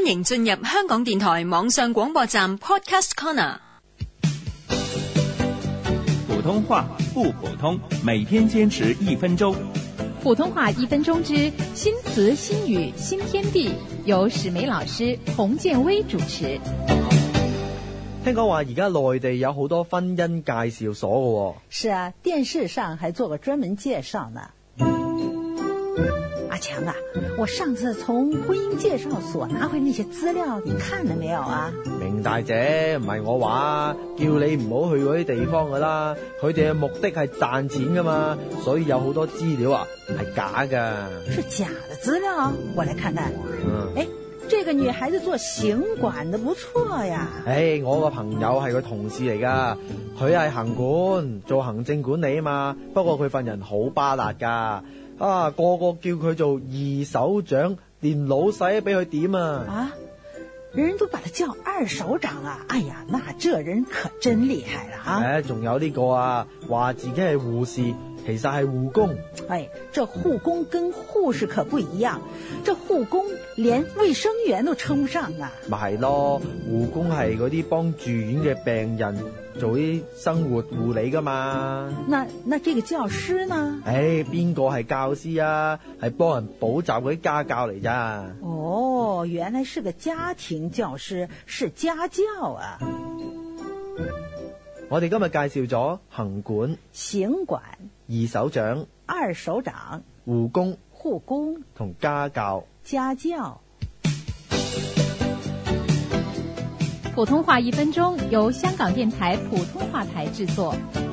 歡迎進入香港電台網上廣播站 Podcast Corner。 普通話不普通，每天堅持1分鐘。 普通話1分鐘之新詞新語新天地，由史梅老師洪建威主持。 聽講話而家內地有好多婚姻介紹所嘅喎。 是啊，電視上還做過專門介紹呢。阿強啊，我上次從婚姻介紹所拿回那些資料，你看了沒有啊？ 明大姐，唔係我話，叫你唔好去嗰啲地方噶啦，佢哋嘅目的係賺錢噶嘛，所以有好多資料啊係假噶。 是假的資料？我來看看。哎，這個女孩子做行管的不錯呀。 我個朋友係個同事嚟噶，佢係行管做行政管理啊嘛，不過佢份人好巴辣噶。個個叫佢做二手長，連老細都俾佢點啊！ 人都把他叫二手長啊！哎呀，那這人可真厲害了啊！ 仲有呢個啊，話自己係護士，其實係護工。 這護工跟護士可不一樣，這護工連衛生員都稱不上啊！ 咪係咯，護工係嗰啲幫住院嘅病人做啲生活護理噶嘛。 那這個教師呢？ 邊個係教師啊？係幫人補習嗰啲家教嚟咋。 哦，原來是個家庭教師，是家教啊。 我哋今日介紹咗行管、 行管、 二手長、 二手長、 護工、 護工同家教。 家教。 普通話1分鐘由香港電台普通話台製作。